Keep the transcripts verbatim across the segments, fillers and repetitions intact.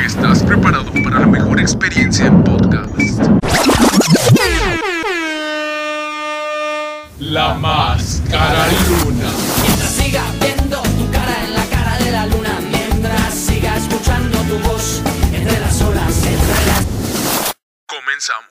¿Estás preparado para la mejor experiencia en podcast? La Máscara Luna. Mientras siga viendo tu cara en la cara de la luna, mientras siga escuchando tu voz entre las olas, entre las... Comenzamos.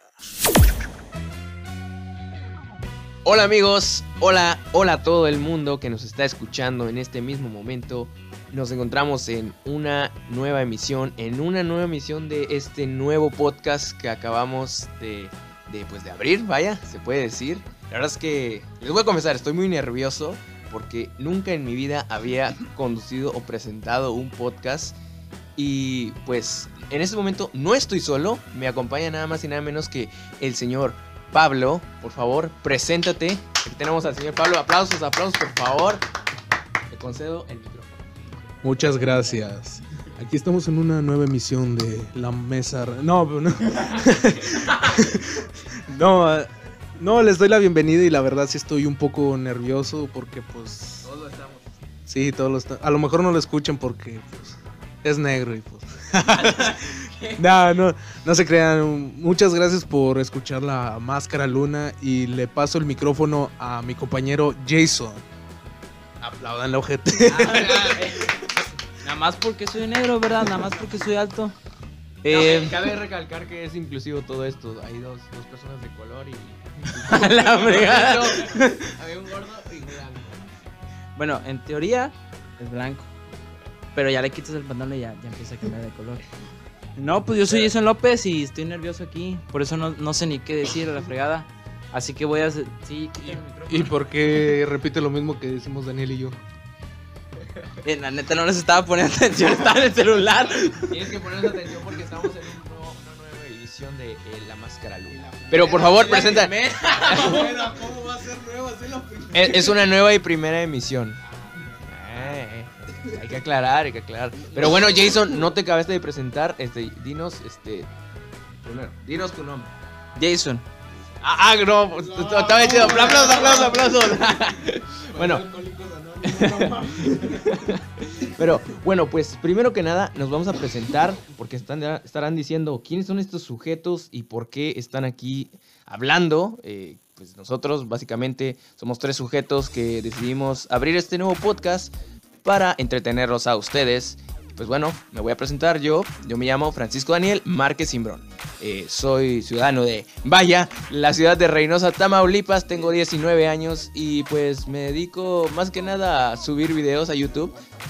Hola amigos, hola, hola a todo el mundo que nos está escuchando en este mismo momento. Nos encontramos en una nueva emisión, en una nueva emisión de este nuevo podcast que acabamos de, de, pues de abrir, vaya, se puede decir. La verdad es que les voy a confesar, estoy muy nervioso porque nunca en mi vida había conducido o presentado un podcast. Y pues en este momento no estoy solo, me acompaña nada más y nada menos que el señor Pablo. Por favor, preséntate. Aquí tenemos al señor Pablo. Aplausos, aplausos, por favor. Te concedo el micrófono. Muchas gracias. Aquí estamos en una nueva emisión de La Mesa... No, no. no, no, les doy la bienvenida y la verdad sí estoy un poco nervioso porque pues... Todos lo estamos. Sí, todos lo están. A lo mejor no lo escuchan porque pues es negro y pues... no, no, no se crean. Muchas gracias por escuchar La Máscara Luna y le paso el micrófono a mi compañero Jason. Aplaudan, ojete. Nada más porque soy negro, ¿verdad? Nada más porque soy alto. No, Eh, cabe recalcar que es inclusivo todo esto. Hay dos, dos personas de color y... a la fregada. Había un gordo y un blanco. Bueno, en teoría es blanco. Pero ya le quitas el pantalón y ya, ya empieza a cambiar de color. No, pues yo soy Jason López y estoy nervioso aquí. Por eso no, no sé ni qué decir a la fregada. Así que voy a hacer... Sí, quítame el micrófono. ¿Y por qué repite lo mismo que decimos Daniel y yo? Eh, la neta no les estaba poniendo atención, estaba en el celular. Tienes que ponernos atención porque estamos en un nuevo- una nueva edición de eh, La Máscara Luna. Pero por favor, presenta. ¿Cómo va a ser nueva? Es la primera. Es, es una nueva y primera emisión. Eh, eh, hay que aclarar, hay que aclarar. Pero bueno, Jason, no te acabaste de presentar. Este, dinos, este. Primero, dinos tu nombre. Jason. Ah, ah, no, pues, estaba chido. Aplausos, aplausos, aplausos. Bueno. Pero bueno, pues primero que nada nos vamos a presentar porque están, estarán diciendo quiénes son estos sujetos y por qué están aquí hablando. Eh, pues nosotros básicamente somos tres sujetos que decidimos abrir este nuevo podcast para entretenerlos a ustedes. Pues bueno, me voy a presentar yo. Yo me llamo Francisco Daniel Márquez Cimbrón. Eh, soy ciudadano de Vaya, la ciudad de Reynosa, Tamaulipas. Tengo diecinueve años y pues me dedico más que nada a subir videos a YouTube.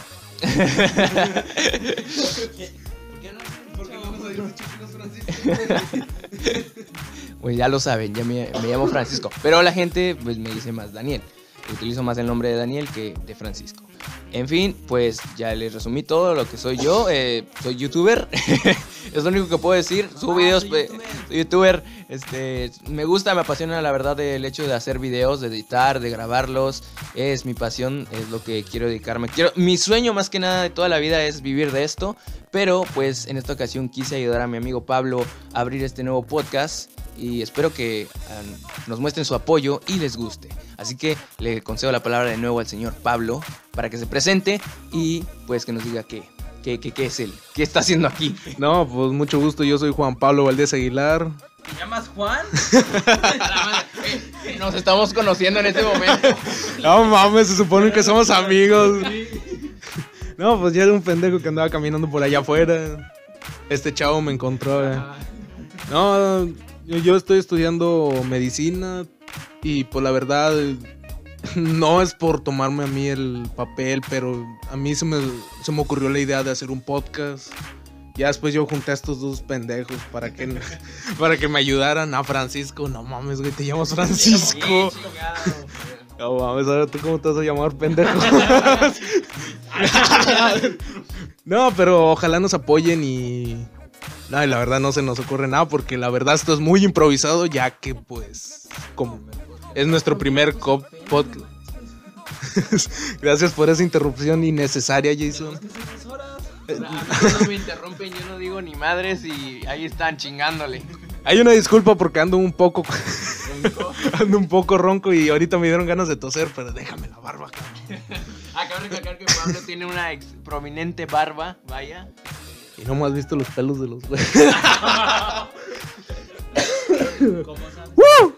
Pues ya lo saben, ya me, me llamo Francisco. Pero la gente pues me dice más Daniel. Utilizo más el nombre de Daniel que de Francisco. En fin, pues ya les resumí todo lo que soy yo. Eh, soy youtuber. Es lo único que puedo decir. Subo videos. Pues, soy youtuber. Este, me gusta, me apasiona la verdad el hecho de hacer videos, de editar, de grabarlos. Es mi pasión, es lo que quiero dedicarme. Quiero, mi sueño más que nada de toda la vida es vivir de esto. Pero pues en esta ocasión quise ayudar a mi amigo Pablo a abrir este nuevo podcast. Y espero que um, nos muestren su apoyo y les guste. Así que le concedo la palabra de nuevo al señor Pablo para que se presente y pues que nos diga qué, qué, qué, qué es él, qué está haciendo aquí. No, pues mucho gusto, yo soy Juan Pablo Valdés Aguilar. ¿Te llamas Juan? Nos estamos conociendo en este momento. No mames, se supone que somos amigos. No, pues ya era un pendejo que andaba caminando por allá afuera. Este chavo me encontró. eh. No, yo, yo estoy estudiando medicina y pues la verdad no es por tomarme a mí el papel, pero a mí se me, se me ocurrió la idea de hacer un podcast. Ya después yo junté a estos dos pendejos para que, para que me ayudaran. A Francisco, no mames, güey, te llamas Francisco. No mames, ahora tú cómo te vas a llamar, pendejo. No, pero ojalá nos apoyen y... No, y la verdad no se nos ocurre nada porque la verdad esto es muy improvisado ya que pues como es nuestro primer co- podcast. Gracias por esa interrupción innecesaria, Jason. No me interrumpen, yo no digo ni madres y ahí están chingándole. Hay una disculpa porque ando un poco ando un poco ronco y ahorita me dieron ganas de toser, pero déjame la barba, cabrón. Acabo de recalcar que Pablo tiene una ex prominente barba, vaya. Y no me has visto los pelos de los güeyes. ¿Cómo sabes?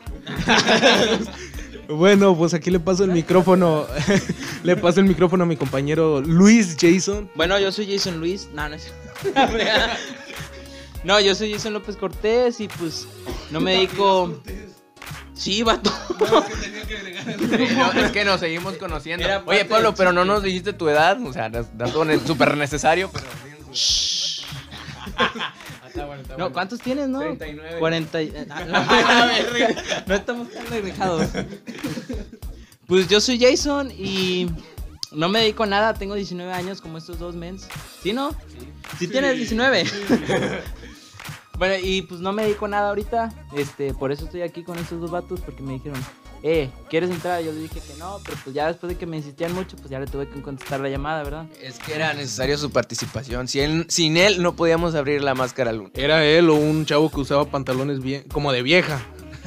Bueno, pues aquí le paso el micrófono. Le paso el micrófono a mi compañero Luis Jason. Bueno, yo soy Jason Luis. No, no es No, yo soy Jason López Cortés y pues no me dedico... Sí, vato. Sí, no, es que nos seguimos conociendo. Era Oye, parte Pablo, del pero no nos dijiste tu edad. O sea, das- dato ne- súper necesario, pero... No, ¿cuántos tienes, no? treinta y nueve. cuarenta y... ah, no, no estamos tan alejados. Pues yo soy Jason y no me dedico a nada. Tengo diecinueve años como estos dos mens. ¿Sí, no? Sí. ¿Sí tienes diecinueve? Bueno, y pues no me dedico a nada ahorita. Este, por eso estoy aquí con estos dos vatos, porque me dijeron, eh, ¿quieres entrar? Yo les dije que no, pero pues ya después de que me insistían mucho, pues ya le tuve que contestar la llamada, ¿verdad? Es que era necesario su participación. Si él- sin él no podíamos abrir la máscara luna. Era él o un chavo que usaba pantalones bien, como de vieja.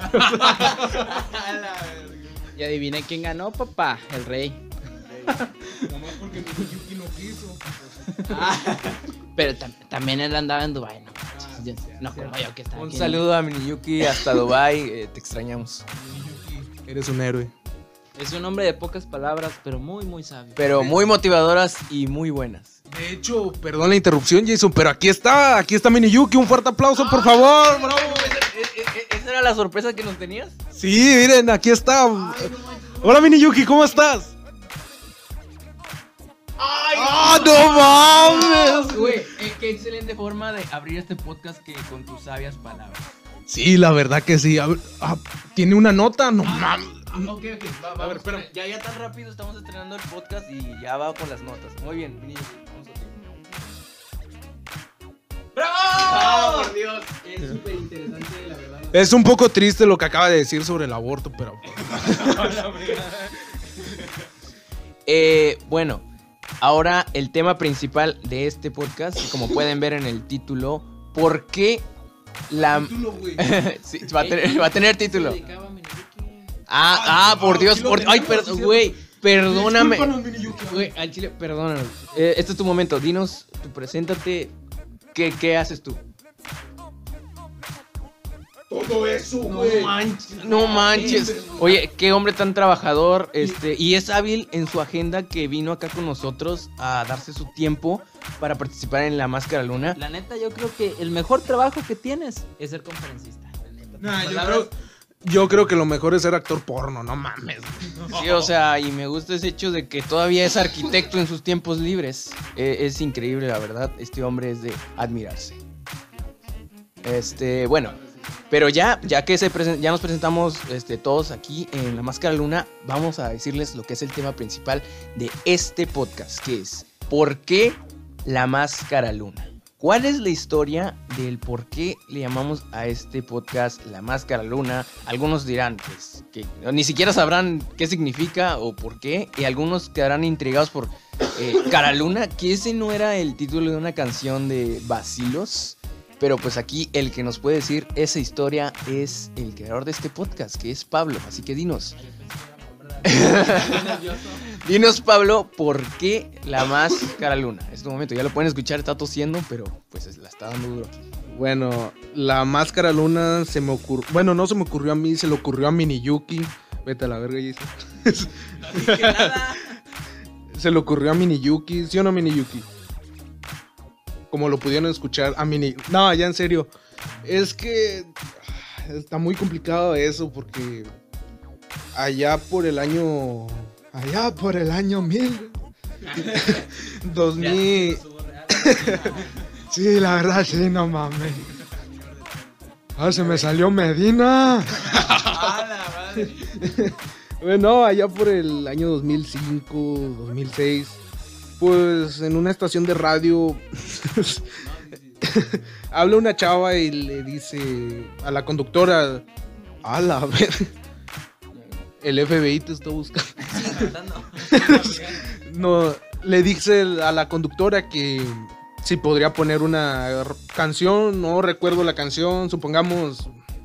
Y adivina quién ganó, papá, el rey. Nomás porque Miyuki no quiso. Pero tam- también él andaba en Dubai, ¿no? Yo- no como yo que estaba Un aquí en- saludo a Miniyuki hasta Dubai. eh, te extrañamos. Eres un héroe. Es un hombre de pocas palabras, pero muy, muy sabio. Pero muy motivadoras y muy buenas. De hecho, perdón la interrupción, Jason, pero aquí está, aquí está Miniyuki. Un fuerte aplauso, por favor, bravo. ¿Esa era la sorpresa que nos tenías? Sí, miren, aquí está. Hola, Miniyuki, ¿cómo estás? ¡Ah, no mames! Güey, eh, qué excelente forma de abrir este podcast que con tus sabias palabras. Sí, la verdad que sí. A ver, ah, tiene una nota, no mames. Ok, ok, va, va, a ver, espera. Ya, ya tan rápido estamos estrenando el podcast y ya va con las notas. Muy bien, Miniyuki, vamos a ti. ¡Bravo! ¡Por Dios! Es súper interesante, la verdad. Es un poco triste lo que acaba de decir sobre el aborto, pero... Eh, bueno, ahora el tema principal de este podcast, como pueden ver en el título, ¿por qué la... Sí, va, a tener, va a tener título. Ah, ah, por Dios, por... Ay, perdón, güey, perdóname. Güey, al chile, perdónanos. Eh, este es tu momento, dinos, tú preséntate, ¿qué, qué haces tú? Todo eso, No manches, no manches. Oye, qué hombre tan trabajador, este, y es hábil en su agenda que vino acá con nosotros a darse su tiempo para participar en la Máscara Luna. La neta, yo creo que el mejor trabajo que tienes es ser conferencista. Nah, yo, creo, yo creo que lo mejor es ser actor porno, no mames. Sí, o sea, y me gusta ese hecho de que todavía es arquitecto en sus tiempos libres. Eh, es increíble, la verdad. Este hombre es de admirarse. Este, bueno, pero ya, ya que se presen- ya nos presentamos este, todos aquí en la Máscara Luna, vamos a decirles lo que es el tema principal de este podcast, que es ¿por qué la Máscara Luna? ¿Cuál es la historia del por qué le llamamos a este podcast La Máscara Luna? Algunos dirán pues, que ni siquiera sabrán qué significa o por qué, y algunos quedarán intrigados por eh, Cara Luna, que ese no era el título de una canción de Bacilos. Pero pues aquí el que nos puede decir esa historia es el creador de este podcast, que es Pablo. Así que dinos. Dinos, Pablo, ¿por qué la Máscara Luna? En este momento ya lo pueden escuchar, está tosiendo, pero pues la está dando duro. Bueno, la Máscara Luna se me ocurrió... Bueno, no se me ocurrió a mí, se le ocurrió a Miniyuki. Vete a la verga, Jason. No dije nada. Se le ocurrió a Miniyuki, ¿sí o no, Miniyuki? Como lo pudieron escuchar a Mini... No, ya en serio. Es que ah, está muy complicado eso porque allá por el año... Allá por el año mil... dos mil... Sí, la verdad, sí, no mames. Ah, se me salió Medina. Bueno, allá por el año dos mil cinco, dos mil seis... Pues en una estación de radio habla una chava y le dice a la conductora, a la ver, el F B I te está buscando. No, le dice a la conductora que si podría poner una canción, no recuerdo la canción, supongamos,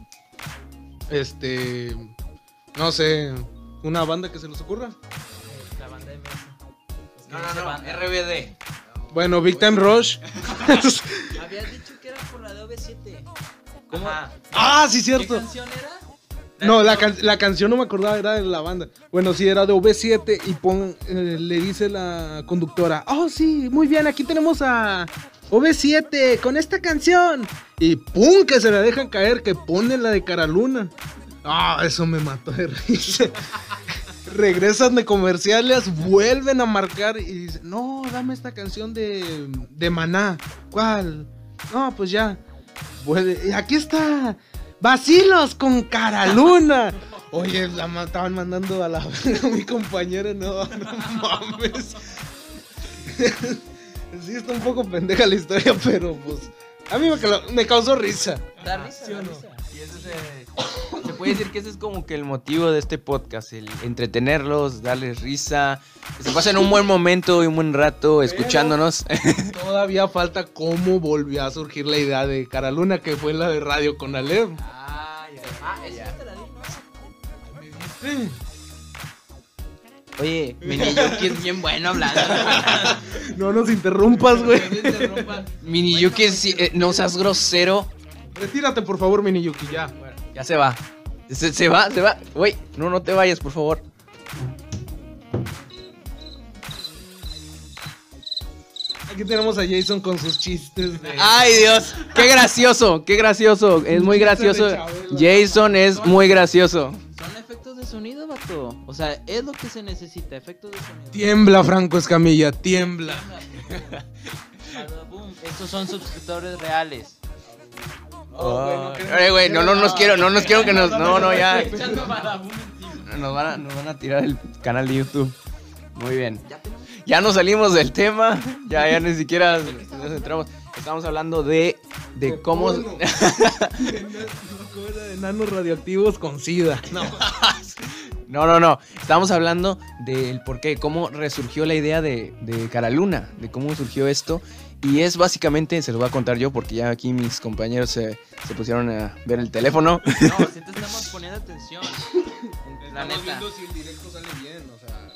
este, no sé, una banda que se les ocurra. La banda de Messi. No, no, no, R B D. Bueno, Big Time Rush. Habías dicho que era por la de O V siete. ¿Cómo? Ah, sí, ¿Qué cierto. canción era? No, la, can- la canción no me acordaba, era de la banda. Bueno, sí, era de O V siete y pon, eh, le dice la conductora, oh, sí, muy bien, aquí tenemos a O V siete con esta canción. Y pum, que se la dejan caer, que ponen la de Caraluna. Ah, eso me mató de risa. Regresan de comerciales, vuelven a marcar y dicen, no, dame esta canción de, de Maná. ¿Cuál? No, pues ya. Vuelve, y aquí está. Vacilos con Caraluna. Oye, la ma- estaban mandando a la a mi compañera, no, no mames. Sí, está un poco pendeja la historia, pero pues a mí me, cala- me causó risa. Da risa, da risa. Y eso se, se puede decir que ese es como que el motivo de este podcast, el entretenerlos, darles risa, que se pasen un buen momento y un buen rato escuchándonos. Todavía falta cómo volvió a surgir la idea de Caraluna, que fue la de Radio con Alep. Ah, ya, Ah, eso ya te la di, ¿no? Oye, Mini Yuki es bien bueno hablando. No nos interrumpas, güey. Mini Yuki, es- eh, no seas grosero. Retírate, por favor, Mini Yuki, ya. Ya se va. Se, se va, se va. Güey, no, no te vayas, por favor. Aquí tenemos a Jason con sus chistes de... Ay, Dios. Qué gracioso, qué gracioso. Es muy gracioso. Jason es muy gracioso. Son efectos de sonido, vato. O sea, es lo que se necesita, efectos de sonido. Tiembla, Franco Escamilla, tiembla. Boom. Estos son suscriptores reales. Ay, güey, no, no nos quiero, no nos quiero que nos. No, no, ya. Nos van a, nos van a tirar el canal de YouTube. Muy bien. Ya nos salimos del tema. Ya, ya ni siquiera nos entramos. Estamos hablando de, de cómo. De enanos radioactivos con SIDA. No. No, no, no. Estamos hablando del por qué, cómo resurgió la idea de, de Caraluna, de cómo surgió esto. Y es básicamente, se lo voy a contar yo porque ya aquí mis compañeros se, se pusieron a ver el teléfono. No, si te estamos poniendo atención. La neta. si el directo sale bien, o sea...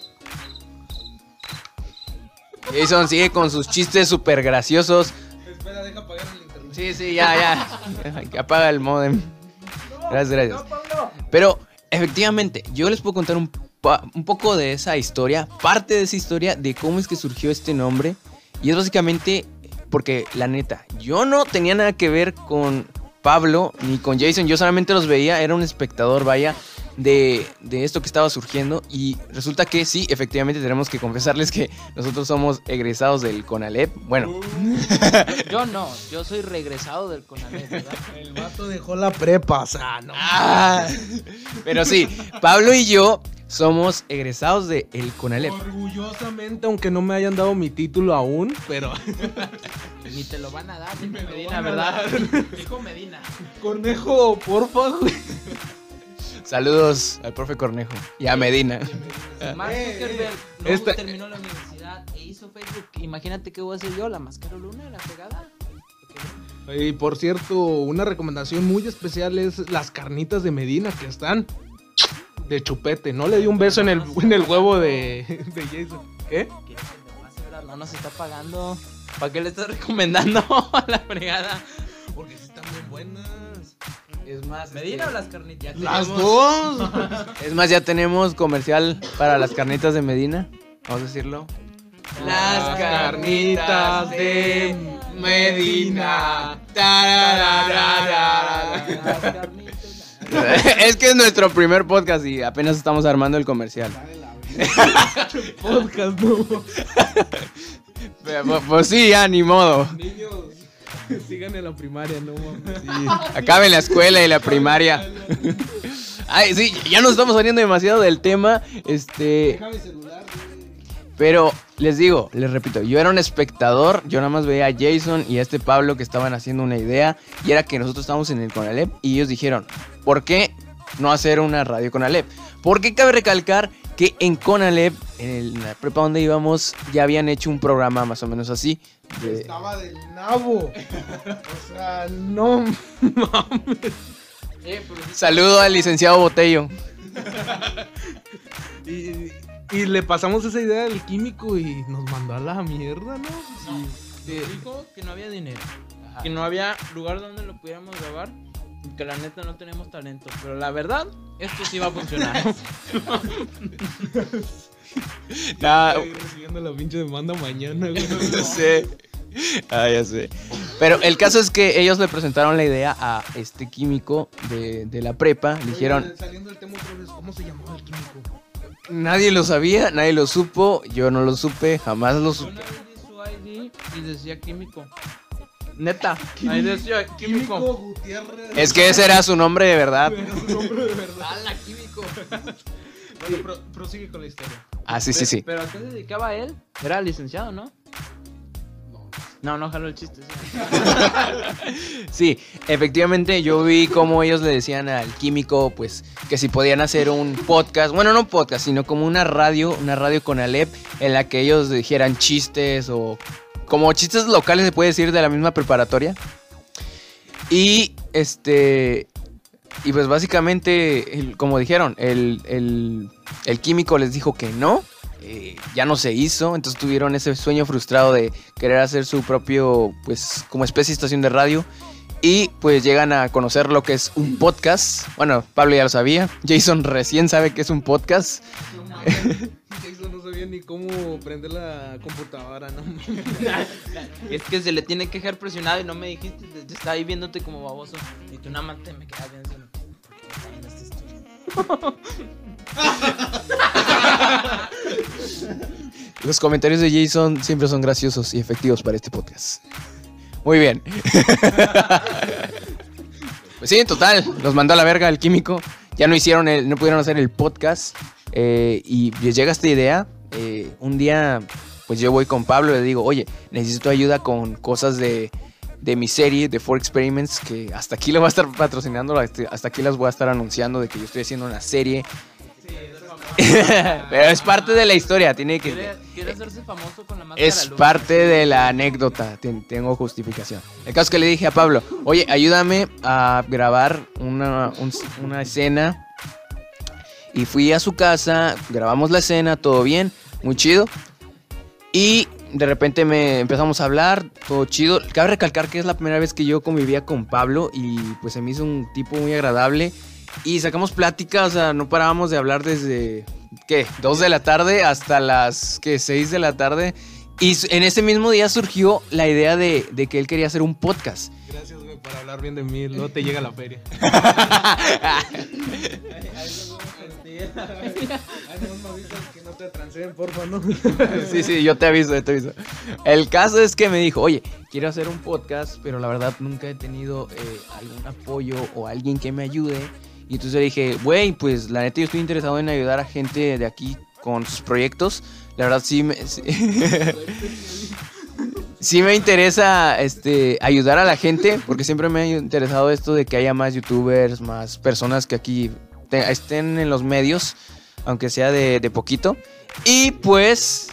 Jason sigue con sus chistes súper graciosos. Espera, deja apagar el internet. Sí, sí, ya, ya. Apaga el modem. Gracias, gracias. Pero, efectivamente, yo les puedo contar un, pa- un poco de esa historia, parte de esa historia, de cómo es que surgió este nombre. Y es básicamente porque, la neta, yo no tenía nada que ver con Pablo ni con Jason. Yo solamente los veía, era un espectador, vaya, de, de esto que estaba surgiendo. Y resulta que sí, efectivamente tenemos que confesarles que nosotros somos egresados del CONALEP. Bueno, Yo no, yo soy regresado del Conalep, ¿verdad? El vato dejó la prepa, o sea, no. ah, pero sí, Pablo y yo somos egresados de el CONALEP. Orgullosamente, aunque no me hayan dado mi título aún, pero... Ni te lo van a dar, dijo Medina, ¿verdad? Dijo Medina. Cornejo, porfa, güey. Saludos al profe Cornejo y a Medina. Mark Zuckerberg no Esta- terminó la universidad e hizo Facebook. Imagínate qué voy a hacer yo, la máscara luna, la pegada. Y por cierto, una recomendación muy especial es las carnitas de Medina que están de chupete. No le di un beso en el, en el huevo de, de Jason. ¿Qué? ¿Qué pendejo hace, verdad? No nos está pagando. ¿Para qué le estás recomendando a la fregada? Porque sí están bien buenas. Es más, ¿Medina o las carnitas? Las dos. es más, ya tenemos comercial para las carnitas de Medina. Vamos a decirlo. Las carnitas de Medina. Tarararara. Las carnitas. Es que es nuestro primer podcast y apenas estamos armando el comercial. Podcast, no. Pero, pues, pues sí, ya, ni modo. Niños, sigan en la primaria, no mames. Sí, acaben la escuela y la primaria. Ay, sí, ya nos estamos saliendo demasiado del tema. Este. Deja mi celular, güey. Pero les digo, les repito, yo era un espectador, yo nada más veía a Jason y a este Pablo que estaban haciendo una idea y era que nosotros estábamos en el CONALEP y ellos dijeron, ¿por qué no hacer una radio CONALEP? Porque cabe recalcar que en CONALEP, en la prepa donde íbamos, ya habían hecho un programa más o menos así. de- Estaba del nabo. O sea, no mames. Saludo al licenciado Botello. Y, Y le pasamos esa idea al químico y nos mandó a la mierda, ¿no? No, dijo que no había dinero, que no había lugar donde lo pudiéramos grabar, y que la neta no tenemos talento. Pero la verdad, esto sí va a funcionar. Nah, Estoy recibiendo la pinche demanda mañana, güey. no sé. Ah, ya sé. Pero el caso es que ellos le presentaron la idea a este químico de, de la prepa. Le dijeron, Oye, saliendo del tema otra vez, ¿cómo se llamaba el químico? nadie lo sabía, nadie lo supo. Yo no lo supe, jamás lo Yo supe. una vez vi su I D y decía químico. Neta, ahí decía químico. Gutiérrez. Es que ese era su nombre de verdad. Era su nombre de verdad. ¡Hala, químico! Bueno, pro- prosigue con la historia. Ah, sí, sí, sí. ¿Pero a qué se dedicaba él? Era licenciado, ¿no? No, no jaló el chiste. Sí. Sí, efectivamente yo vi cómo ellos le decían al químico, pues, que si podían hacer un podcast, bueno, no un podcast, sino como una radio, una radio con Alep, en la que ellos dijeran chistes o como chistes locales, se puede decir, de la misma preparatoria. Y, este, y pues básicamente, el- como dijeron, el, el, el químico les dijo que no. Eh, ya no se hizo, entonces tuvieron ese sueño frustrado de querer hacer su propio, pues, como especie de estación de radio. Y pues llegan a conocer lo que es un podcast. Bueno, Pablo ya lo sabía, Jason recién sabe que es un podcast. Jason no sabía ni cómo prender la computadora, ¿no? Es que se le tiene que dejar presionado y no me dijiste, te- te estaba ahí viéndote como baboso. Y tú nada más te me quedas viendo. ¿Por qué está viendo este estudio? Los comentarios de Jason siempre son graciosos y efectivos para este podcast. Muy bien. Pues sí, en total, los mandó a la verga el químico. Ya no hicieron el, no pudieron hacer el podcast. eh, y les llega esta idea. eh, un día, pues yo voy con Pablo y le digo, oye, necesito ayuda con cosas de, de mi serie, de Four Experiments, que hasta aquí lo voy a estar patrocinando, hasta aquí las voy a estar anunciando de que yo estoy haciendo una serie. Pero es parte de la historia, tiene que... ¿Quiere, quiere hacerse famoso con la máscara? Es Luz? parte de la anécdota, ten- tengo justificación. El caso es que le dije a Pablo, oye, ayúdame a grabar una, un- una escena. Y fui a su casa, grabamos la escena, todo bien, muy chido. Y de repente me empezamos a hablar, todo chido. Cabe recalcar que es la primera vez que yo convivía con Pablo y pues se me hizo un tipo muy agradable. Y sacamos plática, o sea, no parábamos de hablar desde, ¿qué? dos de la tarde hasta las, ¿qué? seis de la tarde. Y su- en ese mismo día surgió la idea de, de que él quería hacer un podcast. Gracias, güey, por hablar bien de mí. Luego te llega la feria. Hay unos novitos que no te transeen, porfa, ¿no? Sí, sí, yo te aviso, yo te aviso. El caso es que me dijo, oye, quiero hacer un podcast, pero la verdad nunca he tenido eh, algún apoyo o alguien que me ayude. Y entonces le dije, güey, pues la neta yo estoy interesado en ayudar a gente de aquí con sus proyectos. La verdad sí me... Sí, sí me interesa este, ayudar a la gente, porque siempre me ha interesado esto de que haya más youtubers, más personas que aquí te- estén en los medios, aunque sea de, de poquito. Y pues...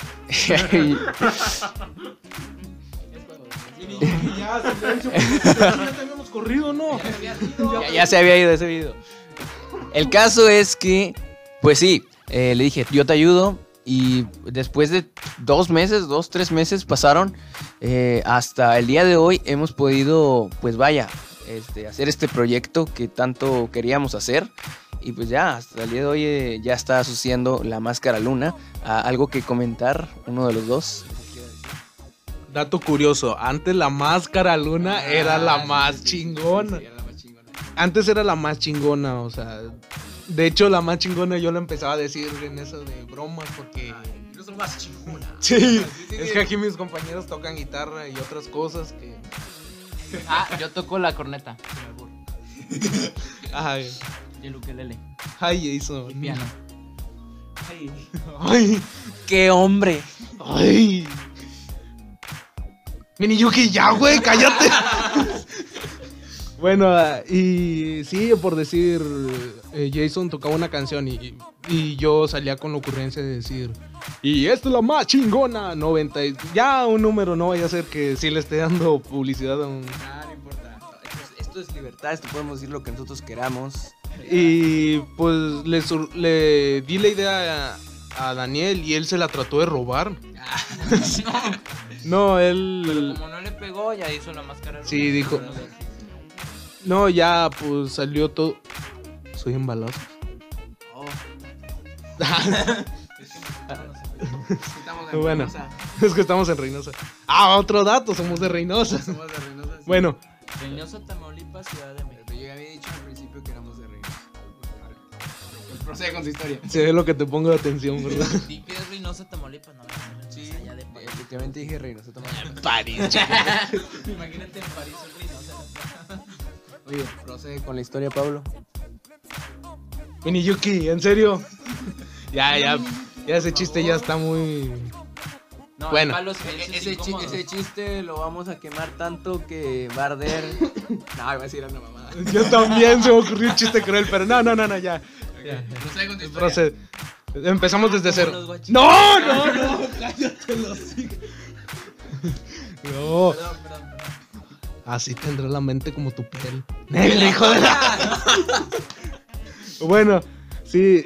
Ya, silencio, porque ya te habíamos corrido, ¿no? ya, ya se había ido ese video. El caso es que, pues sí, eh, le dije, yo te ayudo. Y después de dos meses, dos, tres meses pasaron, eh, hasta el día de hoy hemos podido, pues vaya, este, hacer este proyecto que tanto queríamos hacer. Y pues ya, hasta el día de hoy eh, ya está sucediendo La Máscara Luna. Ah, ¿algo que comentar, uno de los dos? Dato curioso, antes la Máscara Luna era la más chingona. Antes era la más chingona, o sea, de hecho la más chingona yo la empezaba a decir en eso de bromas porque... Yo soy más chingona. Sí, es que aquí mis compañeros tocan guitarra y otras cosas que... Ah, yo toco la corneta. Ay, Y el ukelele. ay, eso. Y piano. Ay, ¡Qué hombre! ay. Mini Yuki, ya, güey, cállate. Bueno, ah, y sí, por decir, eh, Jason tocaba una canción y, y yo salía con la ocurrencia de decir, y esta es la más chingona, noventa y... Ya un número, no vaya a ser que sí le esté dando publicidad a un... Ah, no importa. Esto es, esto es libertad, esto podemos decir lo que nosotros queramos. Y pues le, sur- le di la idea a Daniel y él se la trató de robar. No, él... Pero como no le pegó, ya hizo la máscara. Sí, dijo. No, ya pues salió todo. Soy embalado. Oh. Estamos en Bueno, Reynosa. es que estamos en Reynosa. Ah, otro dato, somos de Reynosa. Somos de Reynosa. Sí. Bueno, Reynosa, Tamaulipas, Ciudad de México. Pero yo ya había dicho al principio que éramos de Reynosa. Pues procede con su historia. se ve lo que te pongo de atención, ¿verdad? ¿Y qué es Reynosa, Tamaulipas? No, no, Sí, allá de París. efectivamente dije Reynosa. Tamaulipas. París. Imagínate en París, es Reynosa. Oye, procede con la historia, Pablo. Miniyuki, ¿en serio? Ya, ya, ya ese chiste ya está muy... No, Bueno. el palo se me hizo Ese, chi- incómodo. ese chiste lo vamos a quemar tanto que va a arder. No, iba a decir una mamada. Yo también se me ocurrió un chiste cruel, pero no, no, no, no, ya. Ya. Procede con tu historia. Procede. Empezamos desde Como cero. los guachitos. No, no, no, cállate los hijos. No, Perdón, perdón, perdón. así tendrá la mente como tu piel. Negra, hijo de la... Bueno, sí.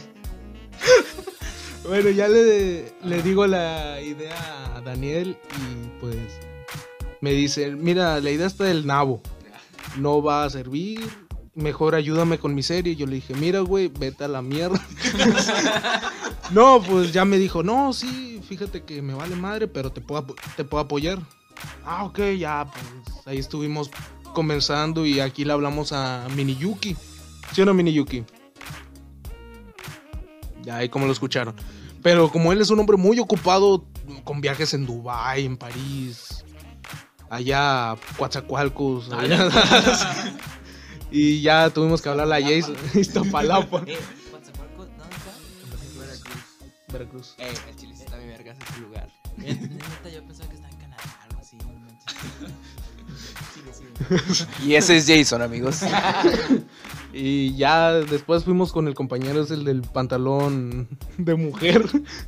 Bueno, ya le, le digo la idea a Daniel y pues me dice, mira, la idea está del nabo. No va a servir. Mejor ayúdame con mi serie. Yo le dije, mira, güey, vete a la mierda. No, pues ya me dijo, no, sí, fíjate que me vale madre, pero te puedo, apo- te puedo apoyar. Ah, ok, ya, pues ahí estuvimos comenzando y aquí le hablamos a Miniyuki. ¿Sí o no, Miniyuki? Ya, ahí como lo escucharon. Pero como él es un hombre muy ocupado con viajes en Dubái, en París, allá, Coatzacoalcos, allá, y ya tuvimos que hablarle a Jason, Iztapalapa, Eh, Coatzacoalcos, ¿dónde está? Veracruz. Veracruz. Eh, el chile sí está bien vergas ese lugar. Eh, Neta, yo pensaba que estaba en Canadá, algo así. No manches. Sigue, sigue. Y ese es Jason, amigos. Y ya después fuimos con el compañero, es el del pantalón de mujer.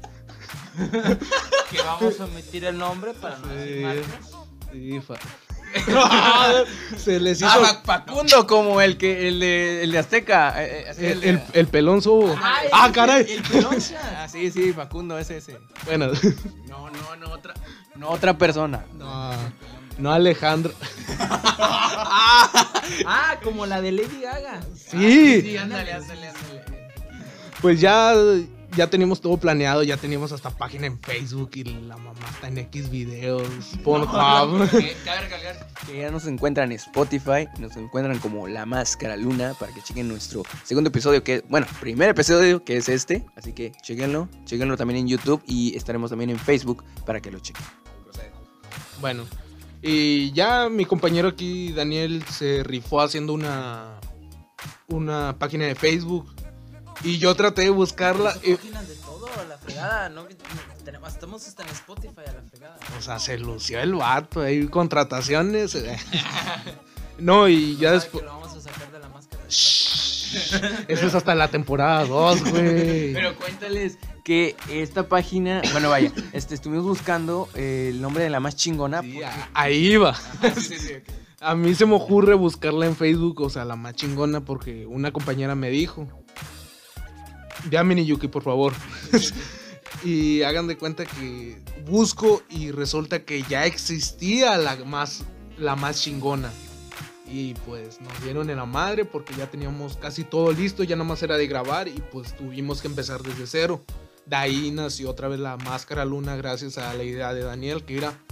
Que vamos a omitir el nombre para no decir Sí. marcas. Sí, fa- Se les hizo Ah, Facundo, como el que el de, el de Azteca. eh, eh, así el, el, el pelón sobo. Ah, Ah, el- caray. El peloncha. Ah, sí, sí, Facundo, ese, ese. Bueno, No, no, no, otra. No, otra persona. no, no Alejandro. Ah, como la de Lady Gaga. Sí, ándale, ándale, ándale. pues ya, ya teníamos todo planeado, ya teníamos hasta página en Facebook y la mamá está en X videos, Pornhub. Que cabe recalcar que ya nos encuentran en Spotify, nos encuentran como La Máscara Luna para que chequen nuestro segundo episodio, que bueno, primer episodio que es este, así que chequenlo, chequenlo también en YouTube y estaremos también en Facebook para que lo chequen. Bueno, y ya mi compañero aquí, Daniel, se rifó haciendo una, una página de Facebook y yo traté de buscarla. y- Páginas de todo, a la fregada. No, tenemos, estamos hasta en Spotify a la fregada. O sea, se lució el vato, hay contrataciones. eh. No, y ya ¿Sabe después... que lo vamos a sacar de la máscara? Eso es hasta la temporada dos, güey. Pero cuéntales que esta página, bueno vaya, este, estuvimos buscando eh, el nombre de la más chingona. Sí, porque- a- ahí va. Ah, sí, sí, sí, ok. A mí se me ocurre buscarla en Facebook, o sea, la más chingona, porque una compañera me dijo. Ya, Miniyuki, por favor. Y hagan de cuenta que busco y resulta que ya existía la más, la más chingona. Y pues nos dieron en la madre porque ya teníamos casi todo listo, ya nada más era de grabar y pues tuvimos que empezar desde cero. De ahí nació otra vez la Máscara Luna gracias a la idea de Daniel, que mira,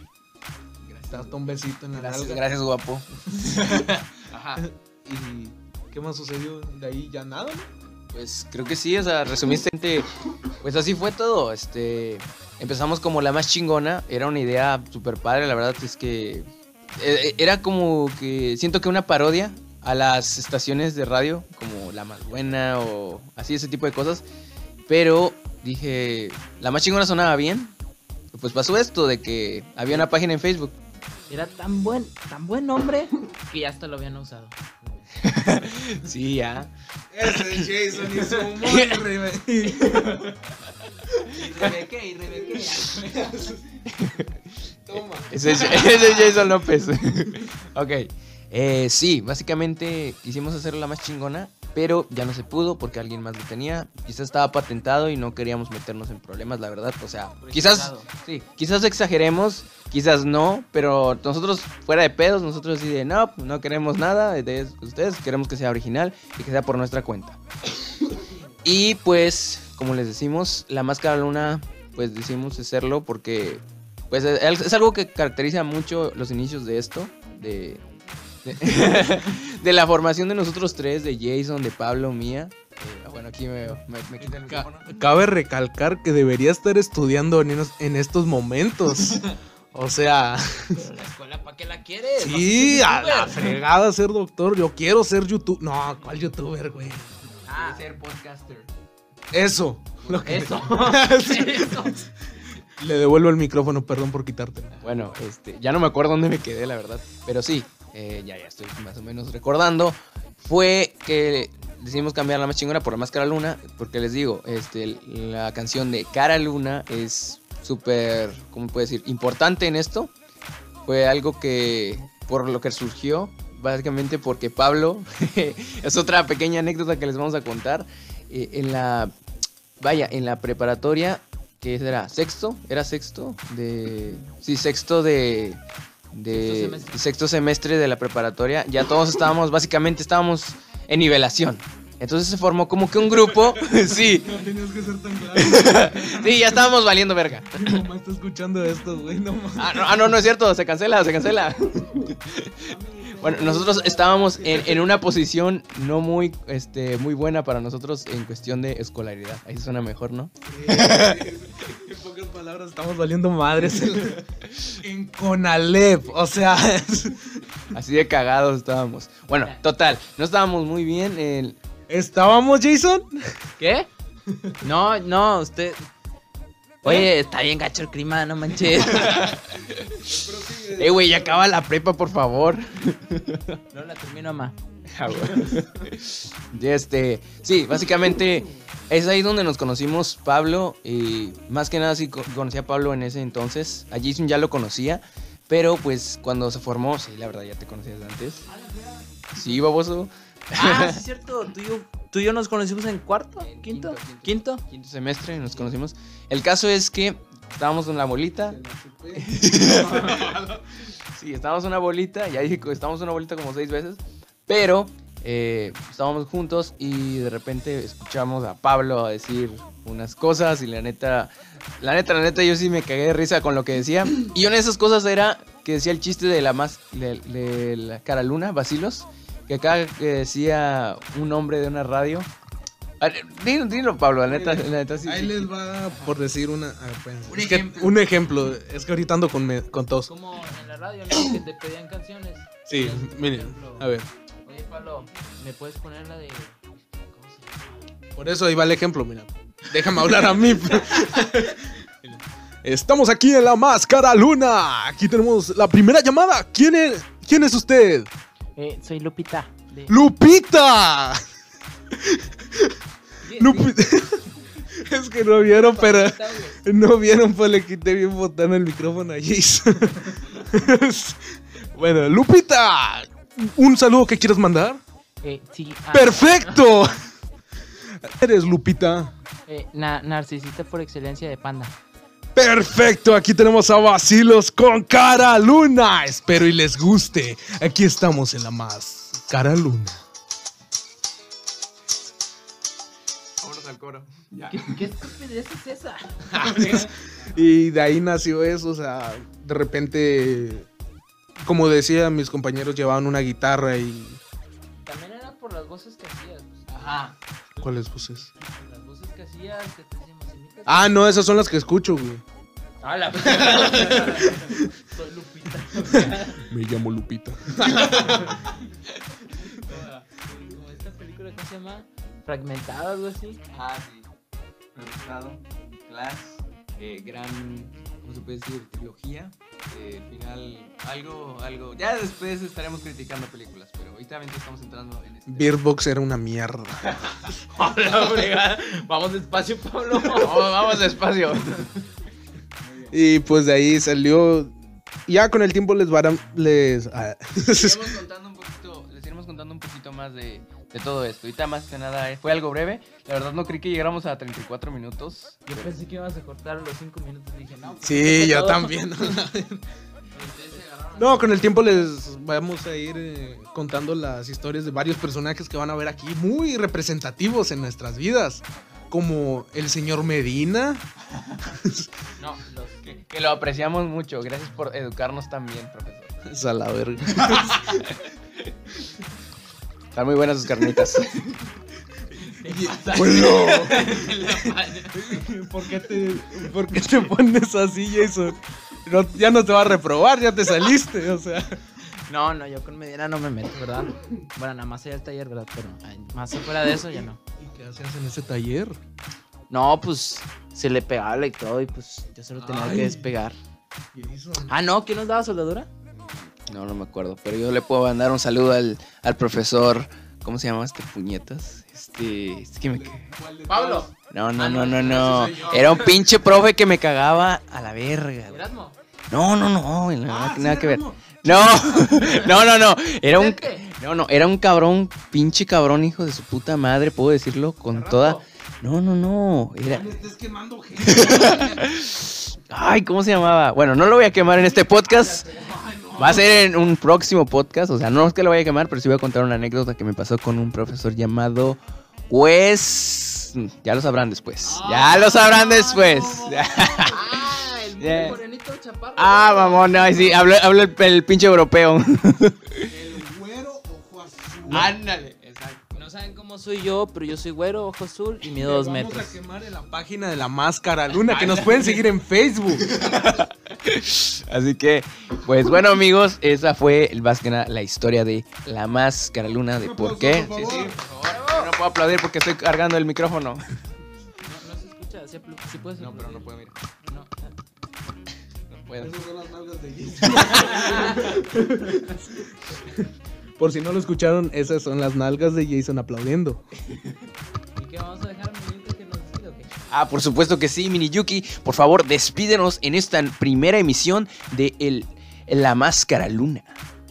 hasta un besito en la Gracias, nalga. gracias, guapo. Ajá. ¿Y qué más sucedió? De ahí ya nada, ¿no? Pues creo que sí, o sea, resumiste, pues así fue todo. Este, empezamos como la más chingona, era una idea súper padre, la verdad es que eh, era como que siento que una parodia a las estaciones de radio, como La Más Buena o así, ese tipo de cosas. Pero dije, la más chingona sonaba bien. Pues pasó esto de que había una página en Facebook. Era tan buen, tan buen nombre que ya hasta lo habían usado. Sí, ya. Ese es Jason y su humor. Y Rebeque, y Rebeque. Toma. Ese es, ese es Jason López. Ok. Eh, sí, básicamente quisimos hacerla más chingona, pero ya no se pudo porque alguien más lo tenía. Quizás estaba patentado y no queríamos meternos en problemas, la verdad. O sea, quizás, sí, quizás exageremos, quizás no, pero nosotros fuera de pedos, nosotros así de no, no queremos nada de ustedes, queremos que sea original y que sea por nuestra cuenta. Y pues, como les decimos, la Máscara Luna, pues decidimos hacerlo porque pues es, es algo que caracteriza mucho los inicios de esto, de... De, de la formación de nosotros tres, de Jason, de Pablo, mía. Eh, bueno, aquí me, me, me quita el micrófono. Cabe recalcar que debería estar estudiando en, en estos momentos. O sea... Pero la escuela, ¿para qué la quieres? Sí, a la fregada ser doctor. Yo quiero ser youtuber. No, ¿cuál youtuber, güey? Ah, ser podcaster. Eso. Lo que... Eso. Eso. Le devuelvo el micrófono, perdón por quitarte. Bueno, este, ya no me acuerdo dónde me quedé, la verdad. Pero sí, eh, ya, ya estoy más o menos recordando. Fue que decidimos cambiar la más chingona por la Máscara Luna. Porque les digo, este, la canción de Cara Luna es súper, ¿cómo puedo decir? Importante en esto. Fue algo que, por lo que surgió, básicamente porque Pablo, es otra pequeña anécdota que les vamos a contar. Eh, en la, vaya, en la preparatoria, ¿qué era? ¿Sexto? ¿Era sexto? De... Sí, sexto de... de sexto, semestre. sexto semestre de la preparatoria. Ya todos estábamos, básicamente estábamos en nivelación. Entonces se formó como que un grupo. Sí. No tenías que ser tan claro. Sí, ya estábamos valiendo verga. Mi mamá está escuchando esto, güey. No mames. Ah no, ah, no, no es cierto. Se cancela, se cancela. Bueno, nosotros estábamos en, en una posición no muy, este, muy buena para nosotros en cuestión de escolaridad. Ahí suena mejor, ¿no? En pocas palabras, estamos valiendo madres en, en Conalep. O sea, así de cagados estábamos. Bueno, total, no estábamos muy bien. En... ¿Estábamos, Jason? ¿Qué? No, no, usted... Oye, está bien gacho el clima, no manches. Eh, güey, ya acaba la prepa, por favor. No la termino, ma. Y este, sí, básicamente es ahí donde nos conocimos Pablo. Y más que nada sí conocí a Pablo en ese entonces. A Jason ya lo conocía, pero pues cuando se formó, sí, la verdad ya te conocías antes. Sí, baboso. Ah, sí es cierto, tú y yo, tú y yo nos conocimos en cuarto, En quinto, quinto, quinto. Quinto semestre nos conocimos. El caso es que estábamos en la bolita. Sí, estábamos en una bolita. Ya dije que estábamos en una bolita como seis veces. Pero eh, estábamos juntos y de repente escuchamos a Pablo decir unas cosas. Y la neta, la neta, la neta, yo sí me cagué de risa con lo que decía. Y una de esas cosas era que decía el chiste de la, más, de, de la Cara Luna, Bacilos. Que acá que decía un hombre de una radio. Dilo, dilo, Pablo, la neta, la neta sí. Ahí sí. les va por decir una. A ver, espérense. Un Es que ejemplo. un ejemplo. Es que ahorita ando con, me- con tos. Como en la radio, ¿no? Que te pedían canciones. Sí, Decías, por miren, ejemplo, a ver. Oye, Pablo, ¿me puedes poner la de... ¿Cómo se llama? Por eso ahí va el ejemplo, mira. Déjame hablar a mí. Estamos aquí en la Máscara Luna. Aquí tenemos la primera llamada. ¿Quién es, ¿quién es usted? Eh, soy Lupita. De... ¡Lupita! Lupita. Es que no vieron, pero no vieron, pues le quité bien botando el micrófono a Jason. Bueno, Lupita, ¿un saludo que quieras mandar? Eh, sí. ah, ¡Perfecto! ¿Eres Lupita? eh, na- narcisista por excelencia de Panda. Perfecto, aquí tenemos a Bacilos con Cara Luna. Espero y les guste. Aquí estamos en la Máscara Luna. Vámonos al coro. Ya. ¿Qué, qué estupidez es esa? Y de ahí nació eso, o sea, de repente, como decía, mis compañeros llevaban una guitarra y... También era por las voces que hacías. Pues. Ajá. ¿Cuáles voces? Las voces que hacías, que te decíamos, imítate. Ah, no, esas son las que escucho, güey. Ah, la Soy Lupita. Me llamo Lupita. Como esta película que se llama Fragmentado, algo así. Ah, sí. Fragmentado, Class, eh, gran, ¿cómo se puede decir? Trilogía. Eh, al final, algo, algo. Ya después estaremos criticando películas, pero ahorita estamos entrando en este. Bird Box era una mierda. Hola, fregada. Vamos despacio, Pablo. Vamos, vamos despacio. Y pues de ahí salió... Ya con el tiempo les van a... Les, ah, Estamos contando un poquito contando un poquito más de, de todo esto. Ahorita más que nada eh, fue algo breve. La verdad no creí que llegáramos a treinta y cuatro minutos. Yo pensé que ibas a cortar los cinco minutos. Dije, no. pues, Sí, yo todo. también. Ustedes se agarraron. No, con el tiempo les vamos a ir eh, contando las historias de varios personajes que van a ver aquí, muy representativos en nuestras vidas. Como el señor Medina. No, los que, que lo apreciamos mucho. Gracias por educarnos también, profesor. Es a la verga. Están muy buenas sus carnitas. Bueno. ¿Por qué te, por qué te pones así, Jason? No, ya no te va a reprobar, ya te saliste, o sea. No, no, yo con Medina no me meto, ¿verdad? Bueno, nada más allá el taller, ¿verdad? Pero ay, más afuera de eso ya no. ¿Y qué hacías en ese taller? No, pues se le pegaba el electrodo y pues yo se lo tenía Ay. que despegar. Jason. Ah, no, ¿quién nos daba soldadura? No, no me acuerdo. Pero yo le puedo mandar un saludo al, al profesor. ¿Cómo se llama este puñetas? Este. Es que me. Pablo. No, no, Ah, no, no, no, no. ese soy yo. Era un pinche profe que me cagaba a la verga. güey. Erasmo. No, no, no. Nada, Ah, sí, nada que ver. Erasmo. No, no, no, no. Era un. Vete. No, no. Era un cabrón, pinche cabrón, hijo de su puta madre. Puedo decirlo con toda. No, no, no. Era. No me estés quemando gente. Ay, ¿cómo se llamaba? Bueno, no lo voy a quemar en este podcast. Va a ser en un próximo podcast. O sea, no es que lo vaya a quemar, pero sí voy a contar una anécdota que me pasó con un profesor llamado Wes. Ya lo sabrán después. Ya lo sabrán después. Ah, el Yeah. morenito chaparro. Ah, mamón, no, sí, habla, habla el, el pinche europeo. El güero ojo azul. Ándale, exacto. No saben cómo soy yo, pero yo soy güero, ojo azul y mido dos Vamos metros. a quemar en la página de La Máscara Luna, que nos pueden seguir en Facebook. Así que, pues bueno, amigos, esa fue el más que nada la historia de la Máscara Luna de por qué. por Sí, favor. sí, por favor. Yo no puedo aplaudir porque estoy cargando el micrófono. No, no se escucha, sí, apl- sí puedes No, pero no aplaudir. puedo, mira. No, No puedo. Esas son las nalgas de Jason. Por si no lo escucharon, esas son las nalgas de Jason aplaudiendo. ¿y qué vamos a dejar a Medinita que nos despida o qué? Ah, por supuesto que sí, Mini Yuki. Por favor, despídenos en esta primera emisión de el, La Máscara Luna.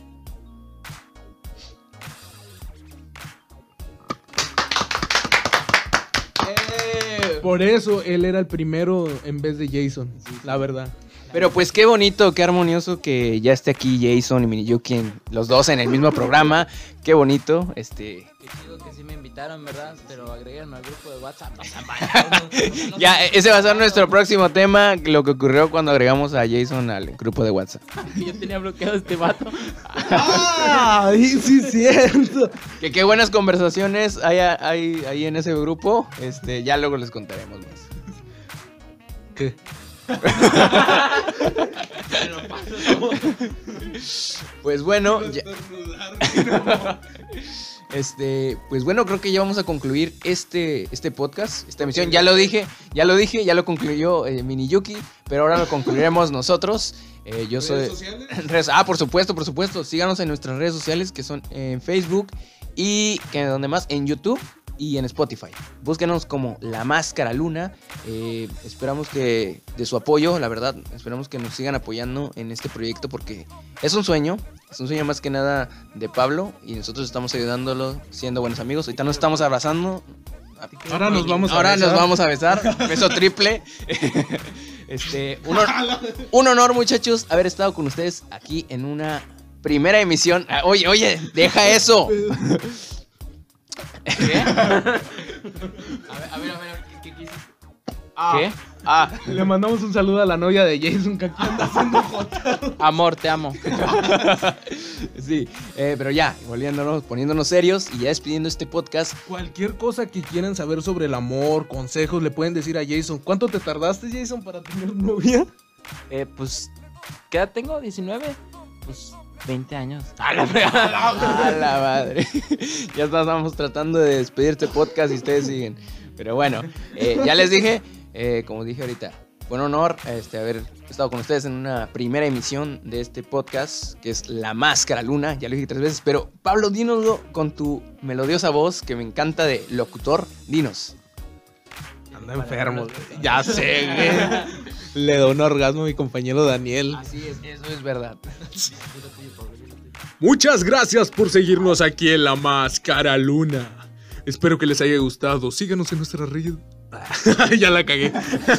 Por eso él era el primero en vez de Jason, la verdad. Pero pues qué bonito, qué armonioso que ya esté aquí Jason y Mini Yuki, en- los dos en el mismo programa. Qué bonito, este... Qué chido que sí me invitaron, ¿verdad? Pero agréguenme al grupo de WhatsApp. O sea, vaya, no, no, no, Ya, no, ese va a ser no, nuestro no. próximo tema, lo que ocurrió cuando agregamos a Jason al grupo de WhatsApp. Yo tenía bloqueado este vato. ¡Ah! Sí, es cierto. Que qué buenas conversaciones hay, hay ahí en ese grupo, este, ya luego les contaremos más. ¿Qué? Pues bueno, ya- este, pues bueno, creo que ya vamos a concluir este, este podcast, esta emisión. Ya lo dije, ya lo dije, ya lo concluyó eh, Mini Yuki, pero ahora lo concluiremos nosotros. Eh, yo soy. ¿Redes sociales? Redes- ah, por supuesto, por supuesto. Síganos en nuestras redes sociales que son en Facebook y que donde más en YouTube y en Spotify. Búsquenos como La Máscara Luna. Eh, esperamos que de su apoyo, la verdad, esperamos que nos sigan apoyando en este proyecto porque es un sueño, es un sueño más que nada de Pablo y nosotros estamos ayudándolo siendo buenos amigos. Ahorita nos estamos abrazando. Ahora nos vamos a Ahora besar. nos vamos a besar. Beso triple. Este, un, hon- un honor, muchachos, haber estado con ustedes aquí en una primera emisión. Ah, oye, oye, deja eso. ¿Qué? A ver, a ver, a ver, ¿qué, qué quisiste? ¿Qué? Ah, Le mandamos un saludo a la novia de Jason que aquí anda haciendo jota. Amor, te amo. sí, eh, pero ya, volviéndonos, poniéndonos serios y ya despidiendo este podcast. Cualquier cosa que quieran saber sobre el amor, consejos, le pueden decir a Jason. ¿Cuánto te tardaste, Jason, para tener novia? Eh, pues, ¿qué edad tengo? ¿diecinueve? Pues, veinte años. A la, a la madre. Ya estamos tratando de despedir este podcast y ustedes siguen. Pero bueno, eh, ya les dije, eh, como dije ahorita, fue un honor este, haber estado con ustedes en una primera emisión de este podcast, que es La Máscara Luna. Ya lo dije tres veces, pero Pablo, dínoslo con tu melodiosa voz, que me encanta de locutor. Dinos. Anda enfermo. Ya sé, güey. Le da un orgasmo a mi compañero Daniel. Así es, eso es verdad. Dilo tuyo, Pablo, dilo tuyo. Muchas gracias por seguirnos aquí en La Máscara Luna. Espero que les haya gustado. Síganos en nuestra red. Ya la cagué.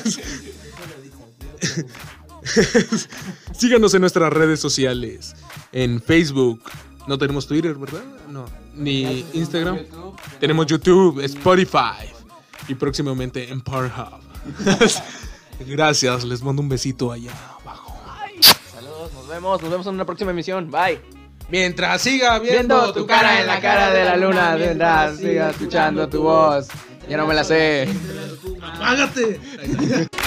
Síganos en nuestras redes sociales. En Facebook. No tenemos Twitter, ¿verdad? No. Ni Instagram. Tenemos YouTube, Spotify. Y próximamente en Pornhub. Gracias, les mando un besito allá abajo. Saludos, nos vemos, nos vemos en una próxima emisión. Bye. Mientras siga viendo, Viendo tu cara en la cara de la luna, mientras siga escuchando tu voz. Ya no me la sé. ¡Apágate!